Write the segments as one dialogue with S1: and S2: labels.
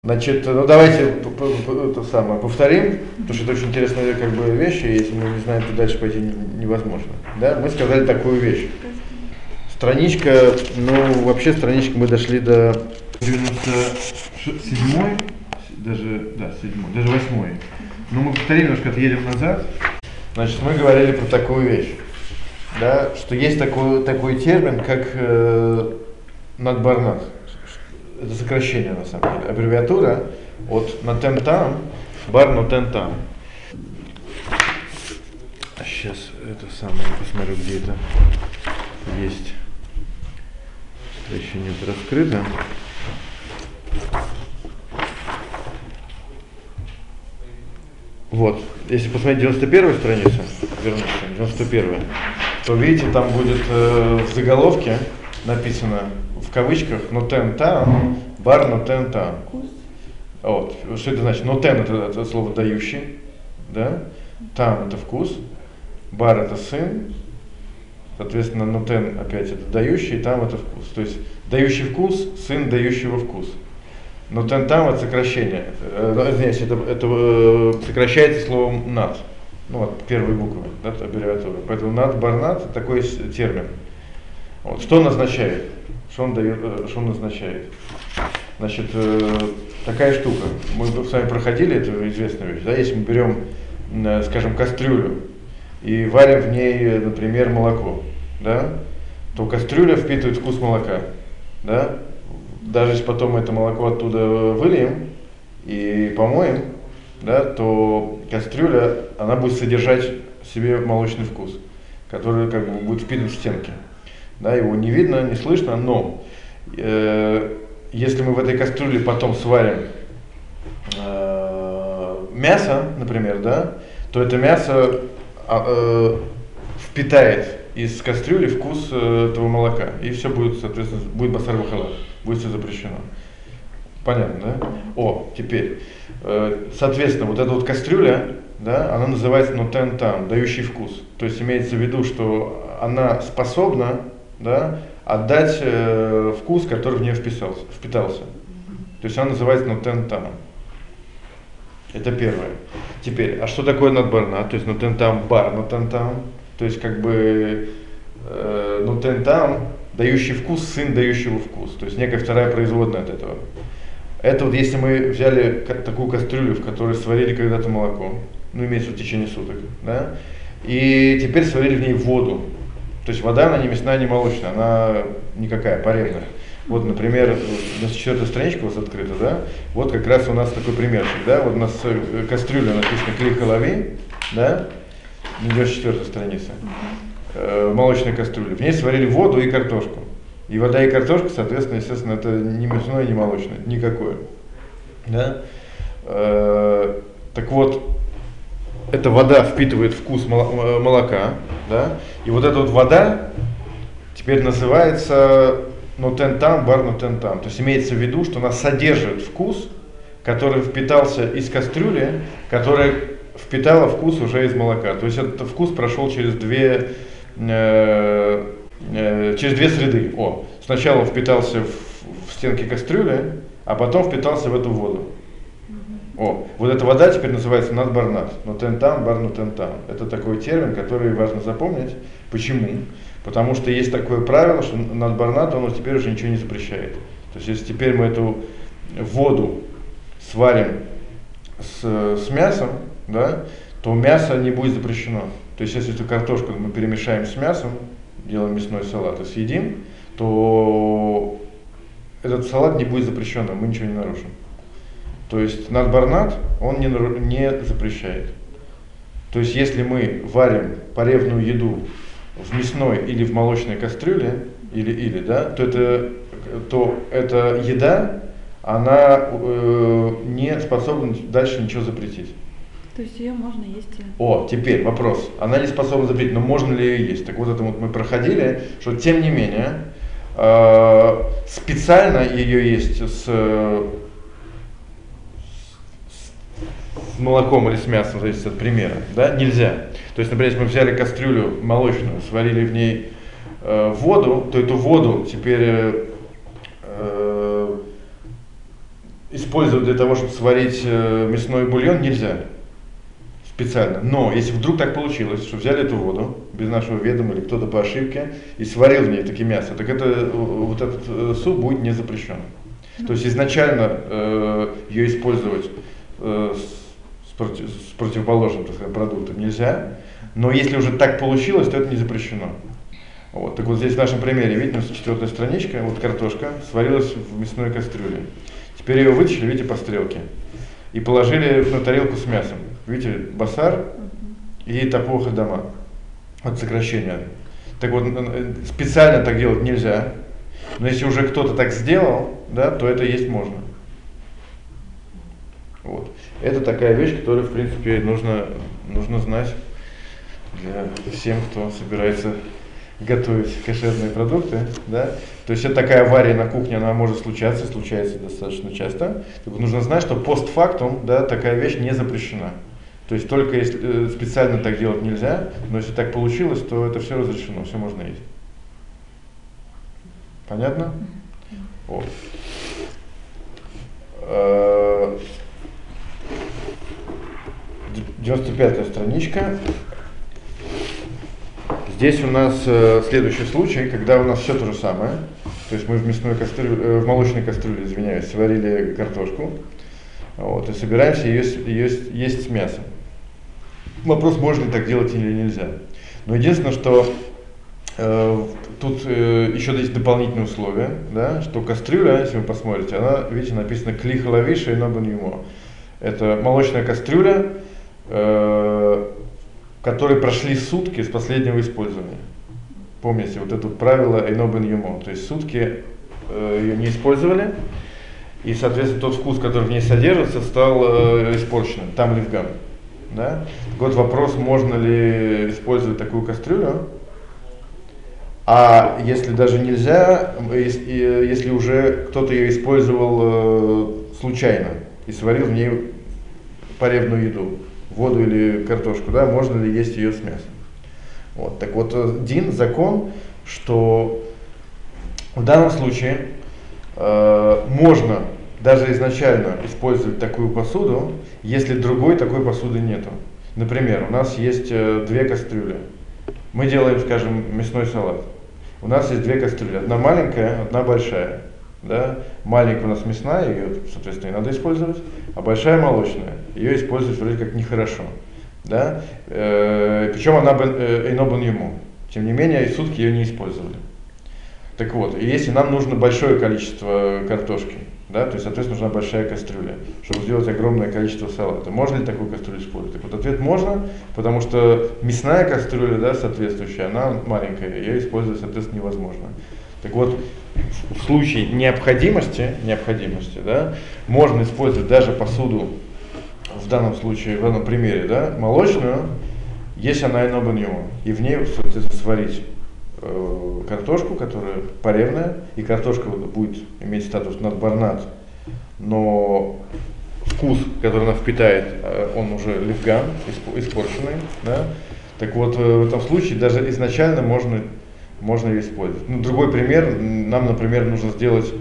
S1: Значит, ну давайте это самое повторим, потому что это очень интересная как бы вещь, и если мы не знаем, то дальше пойти невозможно. Да? Мы сказали такую вещь. Страничка, ну вообще страничка мы дошли до 97-й, даже 8-й. Но мы повторим, немножко отъедем назад. Значит, мы говорили про такую вещь, да, что есть такой термин, как надбарнат. Это сокращение, на самом деле, аббревиатура от нотен там, бар нотен там. Сейчас это самое, посмотрю, где это есть. Это еще нет раскрыто. Вот, если посмотреть 91-ю страницу, вернуться, 91-ю, то видите, там будет в заголовке написано в кавычках нотен там, бар нотен там. Вот. Что это значит? Нотен это слово дающий, да? Там это вкус, бар это сын, соответственно нотен опять это дающий, там это вкус. То есть дающий вкус, сын дающего вкус. Нотен там это сокращение. Извиняюсь, это сокращается словом над. Ну вот первые буквы, да, аббревиатура. Поэтому над, барнат это такой термин. Вот. Что он означает? Что он дает, что он означает? Значит, такая штука. Мы с вами проходили эту известную вещь. Да? Если мы берем, скажем, кастрюлю и варим в ней, например, молоко, да, то кастрюля впитывает вкус молока. Да? Даже если потом это молоко оттуда выльем и помоем, да, то кастрюля, она будет содержать в себе молочный вкус, который как бы будет впитан в стенки. Да, его не видно, не слышно, но если мы в этой кастрюле потом сварим мясо, например, да, то это мясо впитает из кастрюли вкус этого молока, и все будет, соответственно, будет басар бахалат, будет все запрещено. Понятно, да? О, теперь, соответственно, вот эта вот кастрюля, да, она называется нотен там, дающий вкус. То есть имеется в виду, что она способна, да, отдать вкус, который в нее впитался. То есть она называется нотен там. Это первое. Теперь, а что такое надбарнат? То есть нотен там, бар нотен там. То есть как бы нотен там, дающий вкус, сын дающего вкус. То есть некая вторая производная от этого. Это вот если мы взяли такую кастрюлю, в которой сварили когда-то молоко, ну имеется в течение суток, да, и теперь сварили в ней воду. То есть вода, она не мясная, не молочная, она никакая, парельная. Вот, например, 94-я страничка у вас открыта, да, вот как раз у нас такой примерчик, да, вот у нас кастрюля написано клей-халави, да, 94-я страница, молочная кастрюля, в ней сварили воду и картошку. И вода и картошка, соответственно, естественно, это не мясное, не молочное, никакое. Да? Так вот, эта вода впитывает вкус молока, да? И вот эта вот вода теперь называется нотен там, бар нотен там. То есть имеется в виду, что она содержит вкус, который впитался из кастрюли, которая впитала вкус уже из молока. То есть этот вкус прошел через две среды. Сначала он впитался в стенки кастрюли, а потом впитался в эту воду. Вот эта вода теперь называется надбарнат. Нотен там, бар нотен там. Это такой термин, который важно запомнить. Почему? Потому что есть такое правило, что надбарнат, он теперь уже ничего не запрещает. То есть если теперь мы эту воду сварим с мясом, да, то мясо не будет запрещено. То есть если эту картошку мы перемешаем с мясом, делаем мясной салат и съедим, то этот салат не будет запрещенным, мы ничего не нарушим. То есть надбарнат, он не запрещает. То есть если мы варим паревную еду в мясной или в молочной кастрюле, да, то эта еда, она не способна дальше ничего запретить.
S2: То есть ее можно есть?
S1: Теперь вопрос. Она не способна запретить, но можно ли ее есть? Так вот это вот мы проходили, что тем не менее, специально ее есть с молоком или с мясом, зависит от примера, да, нельзя. То есть, например, если мы взяли кастрюлю молочную, сварили в ней воду, то эту воду теперь использовать для того, чтобы сварить мясной бульон, нельзя специально. Но если вдруг так получилось, что взяли эту воду без нашего ведома или кто-то по ошибке и сварил в ней таки мясо, так это, вот этот суп будет не запрещен. То есть изначально ее использовать с противоположным, так сказать, продуктом нельзя, но если уже так получилось, то это не запрещено. Вот. Так вот здесь в нашем примере, видите, 4-я страничка, вот картошка сварилась в мясной кастрюле. Теперь ее вытащили, видите, по стрелке, и положили на тарелку с мясом. Видите, басар и тапох адама. Вот сокращение. Так вот, специально так делать нельзя, но если уже кто-то так сделал, да, то это есть можно. Вот. Это такая вещь, которую, в принципе, нужно знать для всем, кто собирается готовить кошерные продукты, да. То есть это такая авария на кухне, она может случаться достаточно часто. Так нужно знать, что постфактум, да, такая вещь не запрещена. То есть только если специально так делать нельзя, но если так получилось, то это все разрешено, все можно есть. Понятно? Вот. 95-я страничка. Здесь у нас следующий случай, когда у нас все то же самое. То есть мы в молочной кастрюле, извиняюсь, сварили картошку. Вот, и собираемся ее есть с мясом. Вопрос, можно ли так делать или нельзя. Но единственное, что тут еще есть дополнительные условия, да, что кастрюля, если вы посмотрите, она, видите, написано «Кли халави шейно бен юмо». Это молочная кастрюля, которые прошли сутки с последнего использования. Помните, вот это правило «Эйно бен юмо», то есть сутки ее не использовали, и, соответственно, тот вкус, который в ней содержится, стал испорченным, там ливгам. Да? Вот вопрос, можно ли использовать такую кастрюлю, а если даже нельзя, если уже кто-то ее использовал случайно и сварил в ней поревную еду, воду или картошку, да, можно ли есть ее с мясом. Вот. Так вот, закон, что в данном случае можно даже изначально использовать такую посуду, если другой такой посуды нету. Например, у нас есть 2 кастрюли. Мы делаем, скажем, мясной салат. У нас есть 2 кастрюли. Одна маленькая, одна большая. Да? Маленькая у нас мясная, ее, соответственно, и надо использовать, а большая молочная. Ее использовать вроде как нехорошо. Да? Причем она эйно бен юмо. Тем не менее, и сутки ее не использовали. Так вот, и если нам нужно большое количество картошки, да, то есть, соответственно, нужна большая кастрюля, чтобы сделать огромное количество салата. Можно ли такую кастрюлю использовать? Так вот, ответ можно, потому что мясная кастрюля, да, соответствующая, она маленькая, ее использовать, соответственно, невозможно. Так вот, в случае необходимости, да, можно использовать даже посуду, в данном случае, в данном примере, да, молочную, если она эйно бен юмо, и в ней, соответственно, сварить картошку, которая паревная, и картошка будет иметь статус надбарнат, но вкус, который она впитает, он уже ливган, испорченный, да? Так вот, в этом случае даже изначально можно ее использовать. Ну, другой пример, нам, например, нужно сделать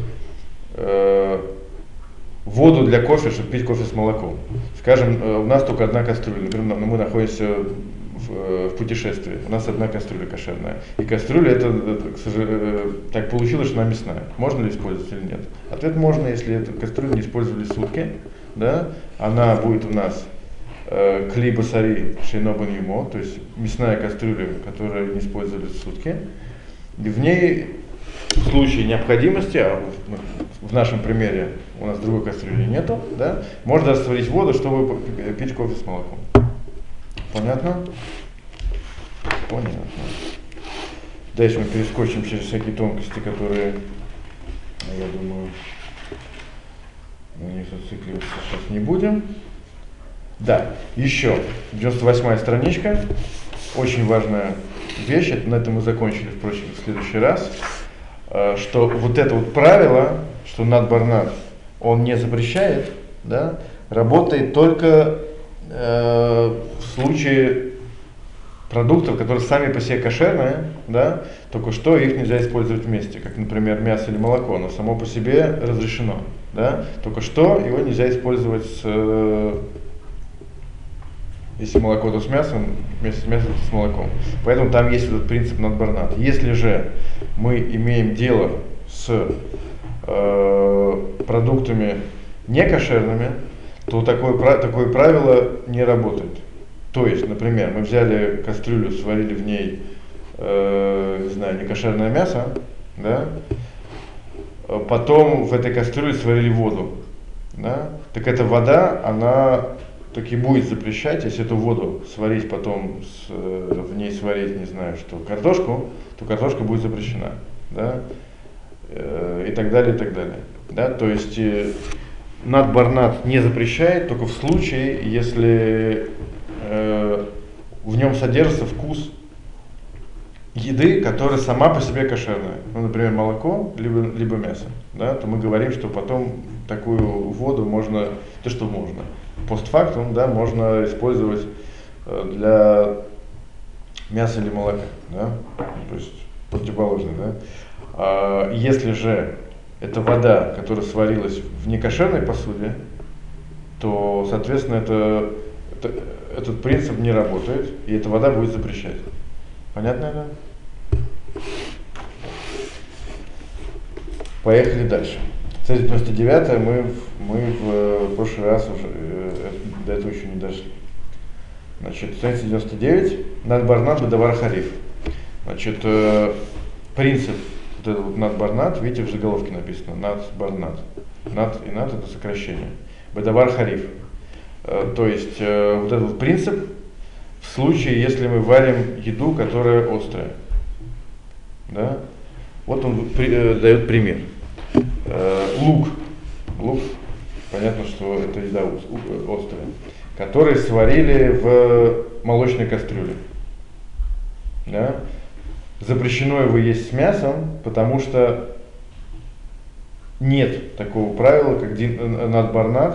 S1: воду для кофе, чтобы пить кофе с молоком. Скажем, у нас только одна кастрюля, например, мы находимся в путешествии, у нас одна кастрюля кошерная. И кастрюля, так получилось, что она мясная. Можно ли использовать или нет? Ответ можно, если эту кастрюлю не использовали сутки, да? Она будет у нас кли басари шейно бен юмо, то есть мясная кастрюля, которую не использовали сутки. И в ней в случае необходимости, а в нашем примере у нас другой кастрюли нету, да, можно растворить воду, чтобы пить кофе с молоком. Понятно? Понятно. Дальше мы перескочим через всякие тонкости, которые, я думаю, на них зацикливаться сейчас не будем. Да, еще 98-я страничка, очень важная вещь, на этом мы закончили, впрочем, в следующий раз, что вот это вот правило, что надбарнат, он не запрещает, да, работает только в случае продуктов, которые сами по себе кошерные, да, только что их нельзя использовать вместе, как, например, мясо или молоко, но само по себе разрешено. да? Только что его нельзя использовать если молоко, то с мясом, вместо с мясом, то с молоком. Поэтому там есть этот принцип надбарнат. Если же мы имеем дело с продуктами некошерными, то такое правило не работает. То есть, например, мы взяли кастрюлю, сварили в ней, не знаю, некошерное мясо, да? Потом в этой кастрюле сварили воду, да? Так эта вода, она таки будет запрещать, если эту воду сварить потом, в ней сварить, не знаю, что, картошку, то картошка будет запрещена, да? И так далее, и так далее. Да? То есть надбарнат не запрещает только в случае, если в нем содержится вкус еды, которая сама по себе кошерная, ну, например, молоко, либо мясо, да, то мы говорим, что потом такую воду можно, то что можно, постфактум, да, можно использовать для мяса или молока, да, то есть противоположный, да. Если же это вода, которая сварилась в некошерной посуде, то, соответственно, этот принцип не работает, и эта вода будет запрещать. Понятно это? Поехали дальше. Цель 99 мы в прошлый раз уже до этого еще не дошли. Значит, страница 99. Надбарнат бедавар хариф. Значит, принцип вот этот вот надбарнат, видите, в заголовке написано надбарнат. Над и над это сокращение. Бедавар хариф. То есть вот этот принцип в случае, если мы варим еду, которая острая. Да? Вот он дает пример. Лук, понятно, что это еда острая, который сварили в молочной кастрюле. Да? Запрещено его есть с мясом, потому что нет такого правила, как надбарнат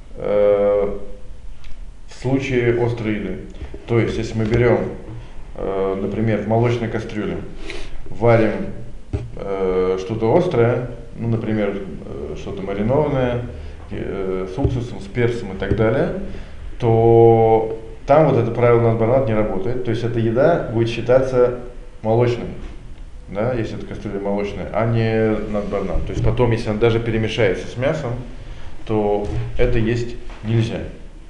S1: в случае острой еды. То есть, если мы берем, например, в молочной кастрюле, варим что-то острое, ну, например, что-то маринованное, с уксусом, с перцем и так далее, то там вот это правило надбарнат не работает. То есть, эта еда будет считаться молочной, да, если эта кастрюля молочная, а не надбарнат. То есть, потом, если она даже перемешается с мясом, то это есть нельзя.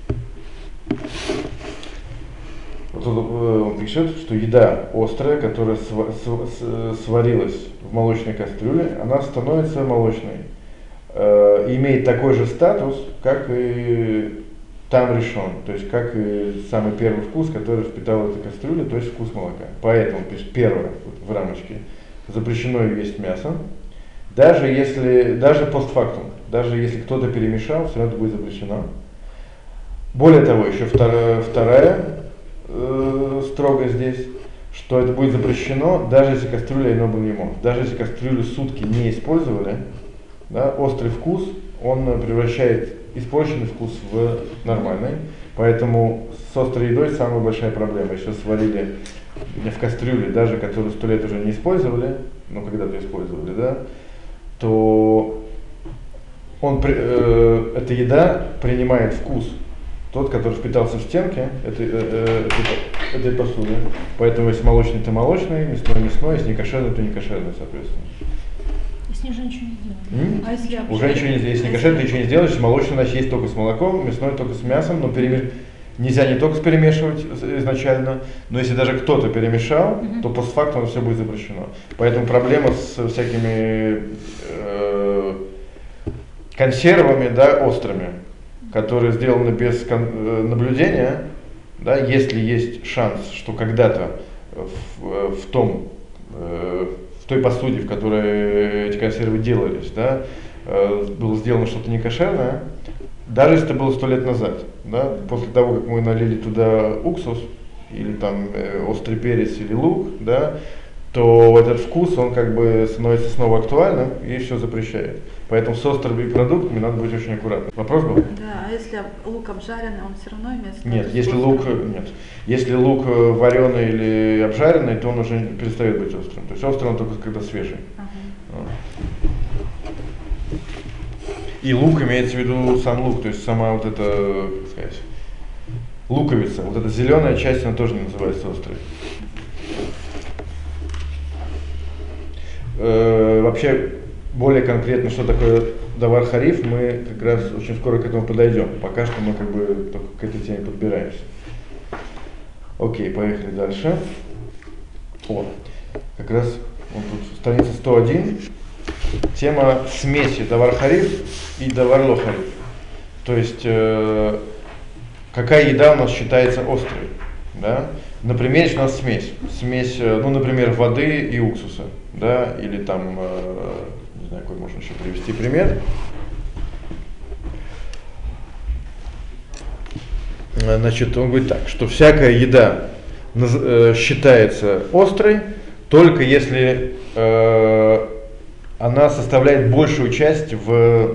S1: Вот он пишет, что еда острая, которая сварилась в молочной кастрюле, она становится молочной. Имеет такой же статус, как и там решен, то есть как и самый первый вкус, который впитал эта кастрюля, то есть вкус молока. Поэтому пишет первое вот, в рамочке, запрещено есть мясо, даже постфактум, даже если кто-то перемешал, все равно это будет запрещено. Более того, еще вторая строго здесь, что это будет запрещено, даже если кастрюля ино, даже если кастрюлю сутки не использовали, да, острый вкус, он превращает испорченный вкус в нормальный, поэтому с острой едой самая большая проблема. Если сварили в кастрюле, даже которую 100 лет уже не использовали, но когда-то использовали, да, то эта еда принимает вкус тот, который впитался в стенки этой посуды. Поэтому если молочный, то молочный, мясной, мясной, если не кошерный, то не кошерный, соответственно.
S2: Если уже ничего не сделать. А если
S1: уже ничего не сделать. Если не кошерный, ты ничего не сделаешь. Молочный, значит, есть только с молоком, мясной только с мясом, но нельзя не только перемешивать изначально, но если даже кто-то перемешал, то постфактум все будет запрещено. Поэтому проблема с всякими консервами, да, острыми, которые сделаны без наблюдения, да, если есть шанс, что когда-то в той посуде, в которой эти консервы делались, да, было сделано что-то некошерное, даже если это было 100 лет назад, да, после того, как мы налили туда уксус, или там острый перец, или лук, да, то этот вкус, он как бы становится снова актуальным и все запрещает. Поэтому с острыми продуктами надо быть очень аккуратным. Вопрос был?
S2: Да, а если лук обжаренный, он все равно имеет статус?
S1: Нет, если лук вареный или обжаренный, то он уже перестает быть острым. То есть острый он только когда свежий.
S2: Ага.
S1: И лук имеется в виду сам лук, то есть сама вот эта, как сказать, луковица, вот эта зеленая часть, она тоже не называется острой. Вообще, более конкретно, что такое давар хариф, мы как раз очень скоро к этому подойдем. Пока что мы как бы только к этой теме подбираемся. Окей, поехали дальше. О, как раз вот тут страница 101. Тема смеси давар хариф и давар ло хариф. То есть, какая еда у нас считается острой. Да? Например, у нас смесь. Смесь, ну, например, воды и уксуса. Да? Или там, не знаю, какой можно еще привести пример. Значит, он говорит так, что всякая еда считается острой, только если она составляет большую часть в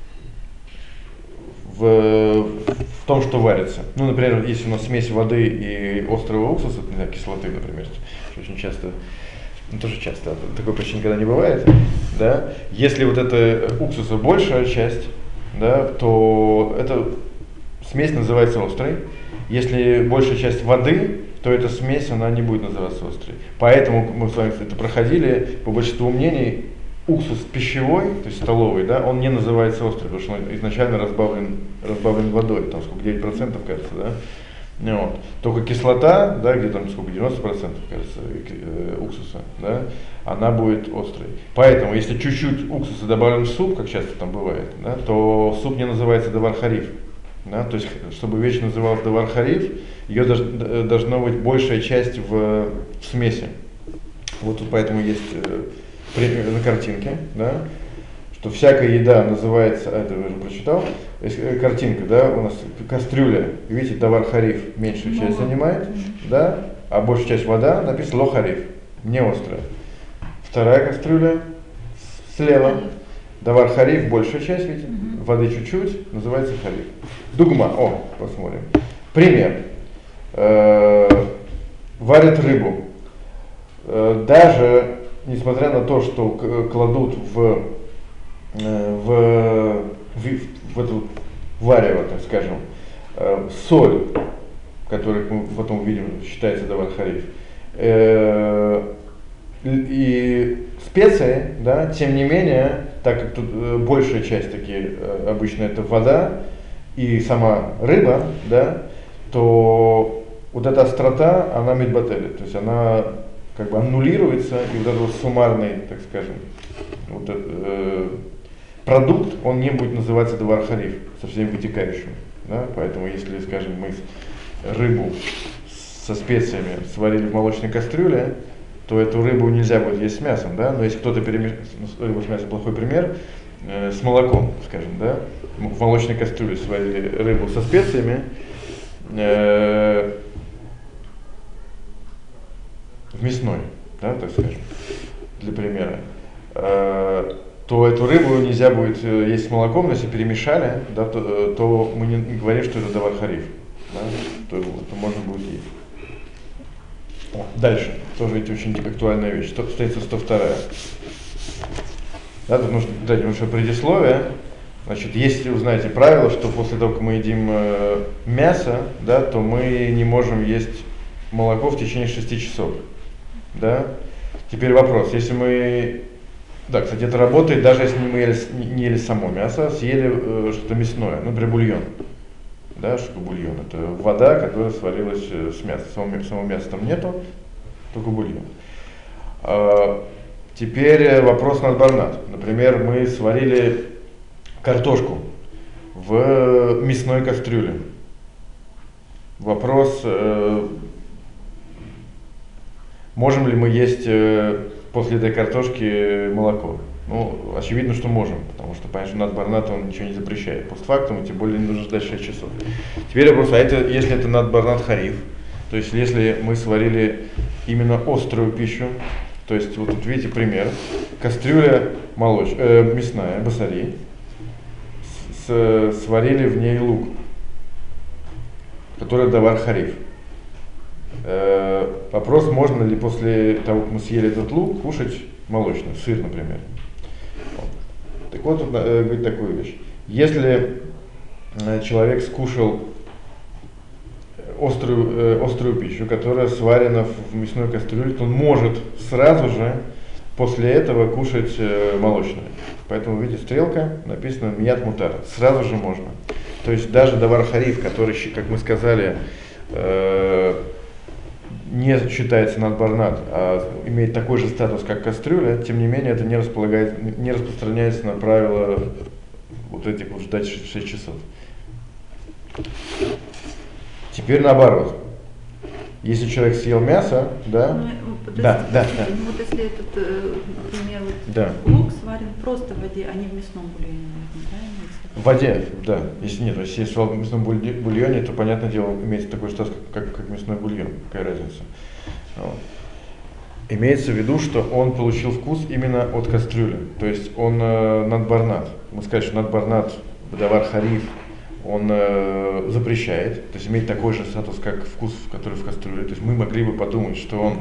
S1: том, что варится. Ну, например, если у нас смесь воды и острого уксуса, не знаю, кислоты, например, что очень часто, ну, тоже часто, такой почти никогда не бывает, да, если вот это уксуса большая часть, да, то эта смесь называется острой. Если большая часть воды, то эта смесь, она не будет называться острой. Поэтому мы с вами это проходили, по большинству мнений, уксус пищевой, то есть столовый, да, он не называется острый, потому что он изначально разбавлен водой, там сколько, 9%, кажется, да. Вот. Только кислота, да, где там сколько, 90%, кажется, уксуса, да, она будет острой. Поэтому, если чуть-чуть уксуса добавлен в суп, как часто там бывает, да, то суп не называется давар хариф. Да, то есть, чтобы вещь называлась давар хариф, ее должна быть большая часть в смеси. Вот тут поэтому есть на картинке, да, что всякая еда называется, это я уже прочитал, картинка, да, у нас кастрюля, видите, давар хариф меньшую часть занимает, да, а большая часть вода, написано ло хариф, не острая. Вторая кастрюля слева, давар хариф, большая часть, видите, воды чуть-чуть, называется хариф. Дугма, посмотрим. Пример. Варят рыбу. Даже несмотря на то, что кладут в эту варево, так скажем, соль, которую мы потом увидим, считается давар хариф, и специи, да, тем не менее, так как тут большая часть таки обычно это вода и сама рыба, да, то вот эта острота, она мидбателит, то есть она как бы аннулируется, и вот этот вот суммарный, так скажем, вот этот, продукт, он не будет называться давар хариф со всеми вытекающими, да, поэтому если, скажем, мы рыбу со специями сварили в молочной кастрюле, то эту рыбу нельзя будет есть с мясом, да, но если кто-то рыбу с мясом, плохой пример, с молоком, скажем, да, в молочной кастрюле сварили рыбу со специями, в мясной, да, так скажем, для примера, то эту рыбу нельзя будет есть с молоком, но если перемешали, да, то мы не говорим, что это давар хариф, да, то можно будет есть. Дальше, тоже ведь очень актуальная вещь, страница 102. Да, тут нужно дать небольшое предисловие. Значит, если вы знаете правило, что после того, как мы едим мясо, да, то мы не можем есть молоко в течение 6 часов. Да? Теперь вопрос, если мы, да, кстати, это работает, даже если мы не ели само мясо, а съели что-то мясное, например, бульон. Да, что такое бульон? Это вода, которая сварилась с мясом. Самого мяса там нету, только бульон. Теперь вопрос на барнат. Например, мы сварили картошку в мясной кастрюле. Вопрос, можем ли мы есть после этой картошки молоко? Ну, очевидно, что можем, потому что, понятно, что надбарнат, он ничего не запрещает. Постфактум, тем более не нужно ждать 6 часов. Теперь вопрос, если это надбарнат хариф, то есть если мы сварили именно острую пищу, то есть вот тут видите пример, кастрюля мясная, басари, сварили в ней лук, который давар хариф. Вопрос, можно ли после того, как мы съели этот лук, кушать молочный, сыр, например. Так вот, тут говорит такую вещь. Если человек скушал острую пищу, которая сварена в мясной кастрюле, то он может сразу же после этого кушать молочное. Поэтому, видите, стрелка, написано «мият мутар». Сразу же можно. То есть даже давар хариф, который, как мы сказали, не считается надбарнат, а имеет такой же статус, как кастрюля, тем не менее это не распространяется на правила вот этих вот ждать 6 часов. Теперь наоборот. Если человек съел мясо, да? Да.
S2: Ну, вот если этот, например, лук сварен просто в воде, а не в мясном бульоне, да?
S1: В воде, да. Если нет, если в мясном бульоне, то, понятное дело, имеется такой статус, как мясной бульон. Какая разница? Вот. Имеется в виду, что он получил вкус именно от кастрюли. То есть он надбарнат. Мы сказали, что надбарнат, давар хариф, он запрещает, то есть имеет такой же статус, как вкус, который в кастрюле. То есть мы могли бы подумать, что он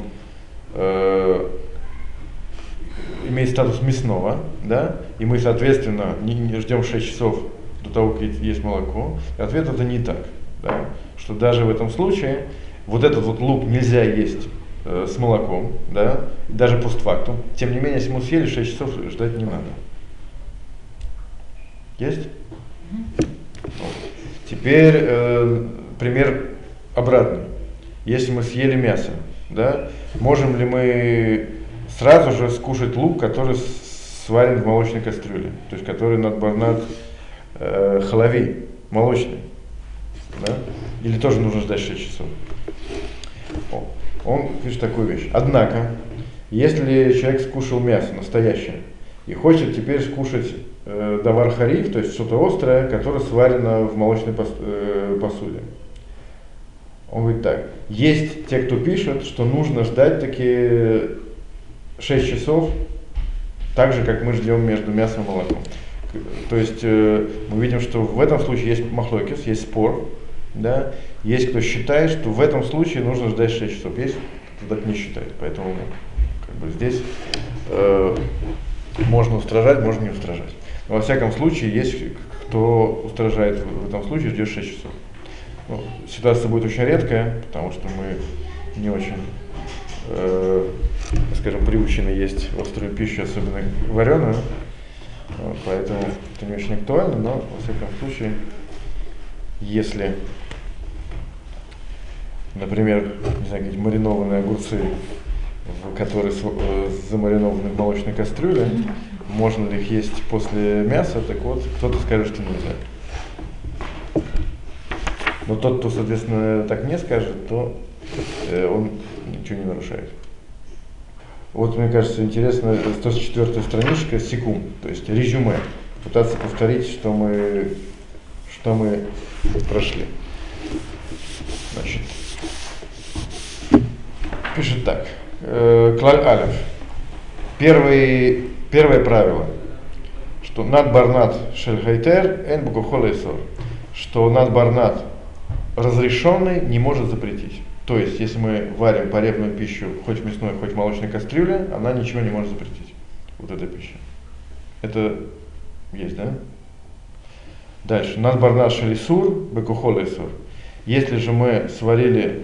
S1: имеет статус мясного, да, и мы, соответственно, не ждем 6 часов до того, как есть молоко. И ответ это не так, да, что даже в этом случае вот этот вот лук нельзя есть с молоком, да, даже постфактум. Тем не менее, если мы съели, 6 часов ждать не надо. Есть? Теперь пример обратный. Если мы съели мясо, да, можем ли мы сразу же скушать лук, который сварен в молочной кастрюле, то есть который надбарнат халави, молочный, да? Или тоже нужно ждать 6 часов? Он пишет такую вещь. Однако, если человек скушал мясо настоящее и хочет теперь скушать давар хариф, то есть что-то острое, которое сварено в молочной посуде. Он говорит так, есть те, кто пишет, что нужно ждать таки 6 часов, так же, как мы ждем между мясом и молоком. То есть мы видим, что в этом случае есть махлокис, есть спор, да? Есть кто считает, что в этом случае нужно ждать 6 часов, есть кто так не считает, поэтому как бы здесь можно устражать, можно не устражать. Но во всяком случае, есть кто устражает в этом случае, ждет 6 часов. Ну, ситуация будет очень редкая, потому что мы не очень, скажем, приучены есть острую пищу, особенно вареную. Вот, поэтому это не очень актуально, но во всяком случае, если, например, не знаю, какие-то маринованные огурцы, которые замаринованы в молочной кастрюле, можно ли их есть после мяса, так вот, кто-то скажет, что нельзя. Но тот, кто, соответственно, так не скажет, то он ничего не нарушает. Вот, мне кажется, интересно, 104-я страничка, секунд, то есть резюме. Пытаться повторить, что мы прошли. Значит, пишет так. Клаль алеф. Первое правило, что надбарнат шельхайтер эн букухолейсор, что надбарнат разрешенный не может запретить. То есть, если мы варим поребную пищу, хоть в мясной, хоть в молочной кастрюле, она ничего не может запретить. Вот эта пища. Это есть, да? Дальше. Надбарнат шелисур бекухолейсор. Если же мы сварили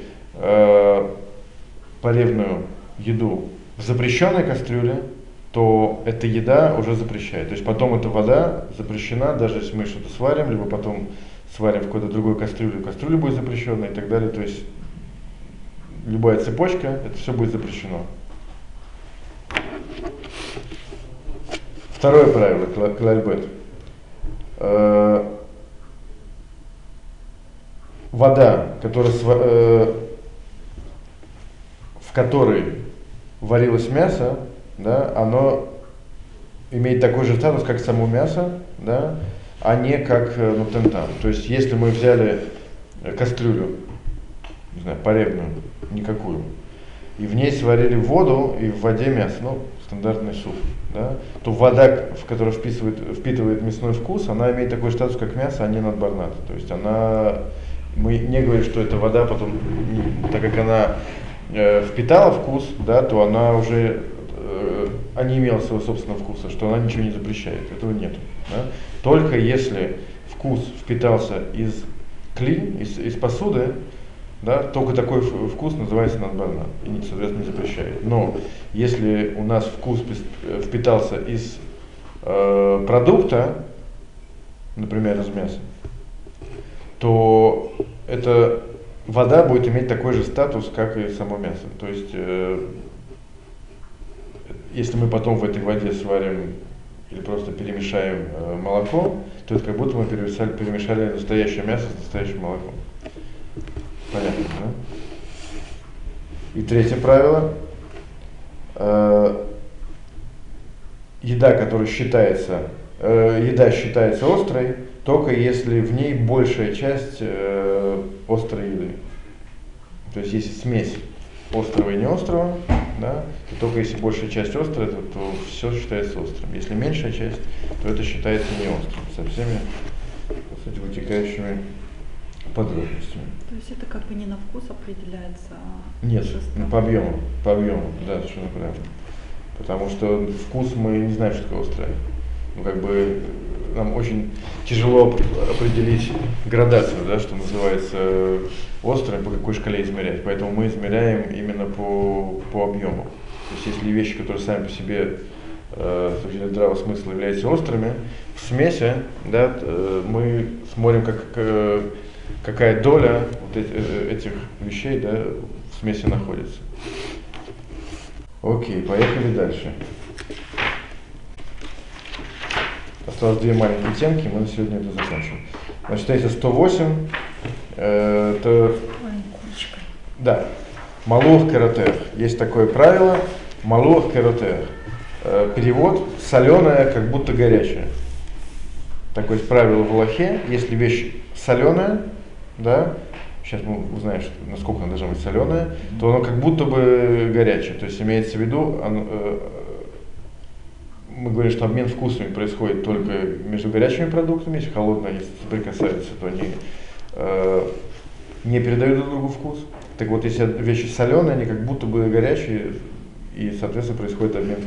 S1: поребную еду в запрещенной кастрюле, то эта еда уже запрещает. То есть потом эта вода запрещена, даже если мы что-то сварим, либо потом сварим в какой-то другой кастрюле, кастрюля будет запрещена и так далее. То есть любая цепочка, это все будет запрещено. Второе правило, клальбет. Вода, в которой варилось мясо, да, оно имеет такой же статус, как само мясо, да, а не как нутентан. То есть, если мы взяли кастрюлю, не знаю, поребную, никакую, и в ней сварили воду, и в воде мясо, ну, стандартный суп, да, то вода, в которую впитывает мясной вкус, она имеет такой же статус, как мясо, а не надбарнат. То есть, мы не говорим, что эта вода потом, так как она впитала вкус, да, то она уже не имела своего собственного вкуса, что она ничего не запрещает. Этого нет. Да? Только если вкус впитался из из посуды, да, только такой вкус называется надбарна и, соответственно, не запрещает. Но если у нас вкус впитался из продукта, например, из мяса, то эта вода будет иметь такой же статус, как и само мясо. То есть, если мы потом в этой воде сварим или просто перемешаем молоко, то это как будто мы перемешали настоящее мясо с настоящим молоком. Понятно, да? И третье правило. Еда считается острой, только если в ней большая часть острой еды. То есть если смесь острого и неострого, да, то только если большая часть острая, то все считается острым. Если меньшая часть, то это считается неострым, со всеми, кстати, вытекающими подробностями.
S2: То есть это как бы не на вкус определяется, а
S1: нет, по объему, да, совершенно правильно. Потому что вкус мы не знаем, что такое острое. Ну, как бы нам очень тяжело определить градацию, да, что называется острым, по какой шкале измерять. Поэтому мы измеряем именно по объему. То есть если вещи, которые сами по себе с точки зрения здравого смысла являются острыми, в смеси, да, мы смотрим, какая доля вот этих вещей, да, в смеси находится. Окей, поехали дальше. Осталось две маленькие темки, мы на сегодня это закончим. Значит, это 108. Это... Да. Малух керотех. Есть такое правило. Малух керотех. Перевод: соленое, как будто горячее. Такое правило в Алахе. Если вещь соленая, да, сейчас мы узнаем, насколько она должна быть соленая, то она как будто бы горячая. То есть имеется в виду, мы говорим, что обмен вкусами происходит только между горячими продуктами. Если холодные соприкасаются, то они не передают друг другу вкус. Так вот, если вещи соленые, они как будто бы горячие, и, соответственно, происходит обмен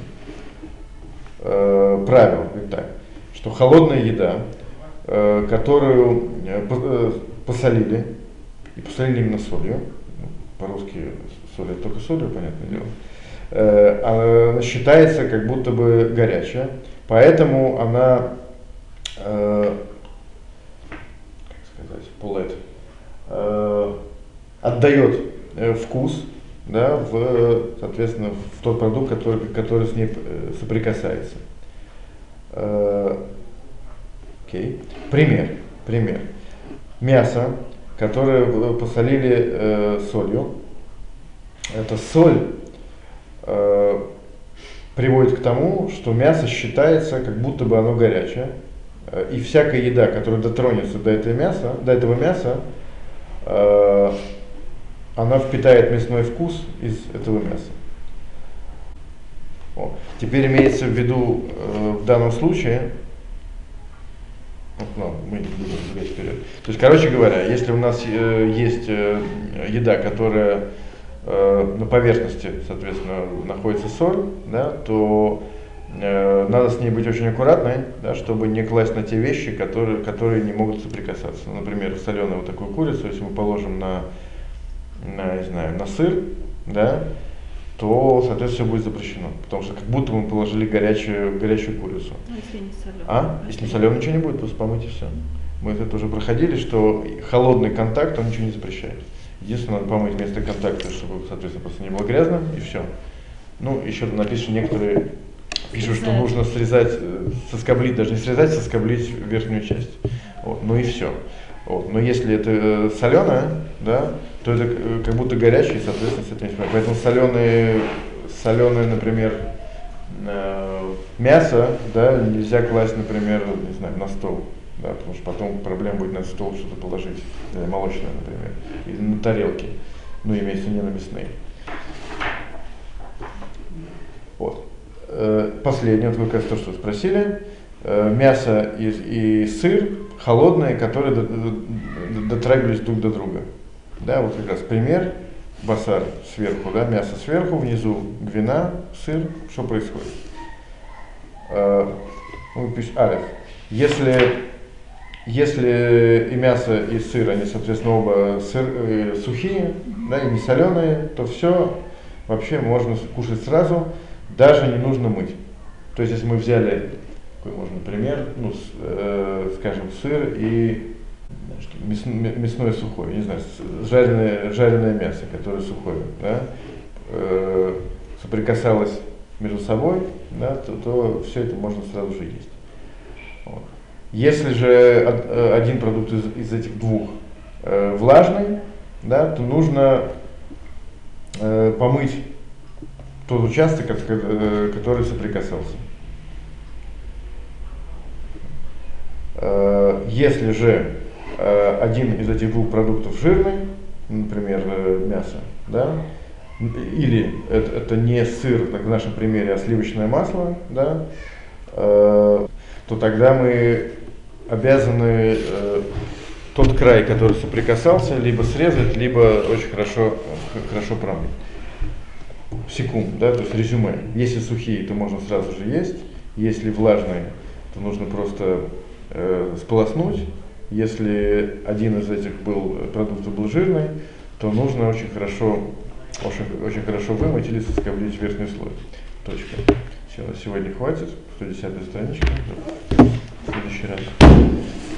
S1: вкусами. Правило говорит так, что холодная еда, которую посолили, и посолили именно солью, по-русски соль это только солью, понятное дело, она считается как будто бы горячая, поэтому она, отдает вкус, да, соответственно, в тот продукт, который с ней соприкасается. Окей. Пример. Мясо, которое посолили солью, эта соль приводит к тому, что мясо считается, как будто бы оно горячее, и всякая еда, которая дотронется до этого мяса, она впитает мясной вкус из этого мяса. Теперь имеется в виду в данном случае, мы не будем забегать вперед. То есть, короче говоря, если у нас есть еда, которая на поверхности, соответственно, находится соль, да, то надо с ней быть очень аккуратной, да, чтобы не класть на те вещи, которые не могут соприкасаться. Например, соленую вот такую курицу, если мы положим на сыр, да, то, соответственно, все будет запрещено. Потому что как будто мы положили горячую курицу.
S2: Ну, если не соленую.
S1: Если не соленую, ничего не будет, просто помыть и все. Мы это уже проходили, что холодный контакт, он ничего не запрещает. Единственное, надо помыть место контакта, чтобы, соответственно, просто не было грязно, и все. Ну, еще написано, некоторые пишут, что нужно соскоблить, даже не срезать, соскоблить верхнюю часть. Вот, ну и все. Вот. Но если это соленое, да, то это как будто горячее, и, соответственно, с этим не справляется. Поэтому соленое, например, мясо, да, нельзя класть, например, не знаю, на стол. Да, потому что потом проблема будет на стол что-то положить, молочное, например, или на тарелки, ну, имеется не на мясные. Вот. Последнее, вот как раз то, что спросили, мясо и сыр холодные, которые дотрагивались друг до друга. Да, вот как раз пример, басар сверху, да, мясо сверху, внизу гвина, сыр, что происходит? мы пишем алеф. Если и мясо, и сыр, они, соответственно, оба сухие, да, и не соленые, то все вообще можно кушать сразу, даже не нужно мыть. То есть, если мы взяли, какой можно пример, скажем, сыр и мясное сухое, не знаю, жареное мясо, которое сухое, да, соприкасалось между собой, да, то все это можно сразу же есть. Вот. Если же один продукт из этих двух влажный, да, то нужно помыть тот участок, который соприкасался. Если же один из этих двух продуктов жирный, например, мясо, да, или это не сыр, как в нашем примере, а сливочное масло, да, то тогда мы обязаны тот край, который соприкасался, либо срезать, либо очень хорошо промыть. Секунд, да, то есть резюме. Если сухие, то можно сразу же есть. Если влажные, то нужно просто сполоснуть. Если один из этих продуктов был жирный, то нужно очень хорошо вымыть или соскоблить верхний слой. Точка. Все, на сегодня хватит. 110-я страничка. В следующий раз.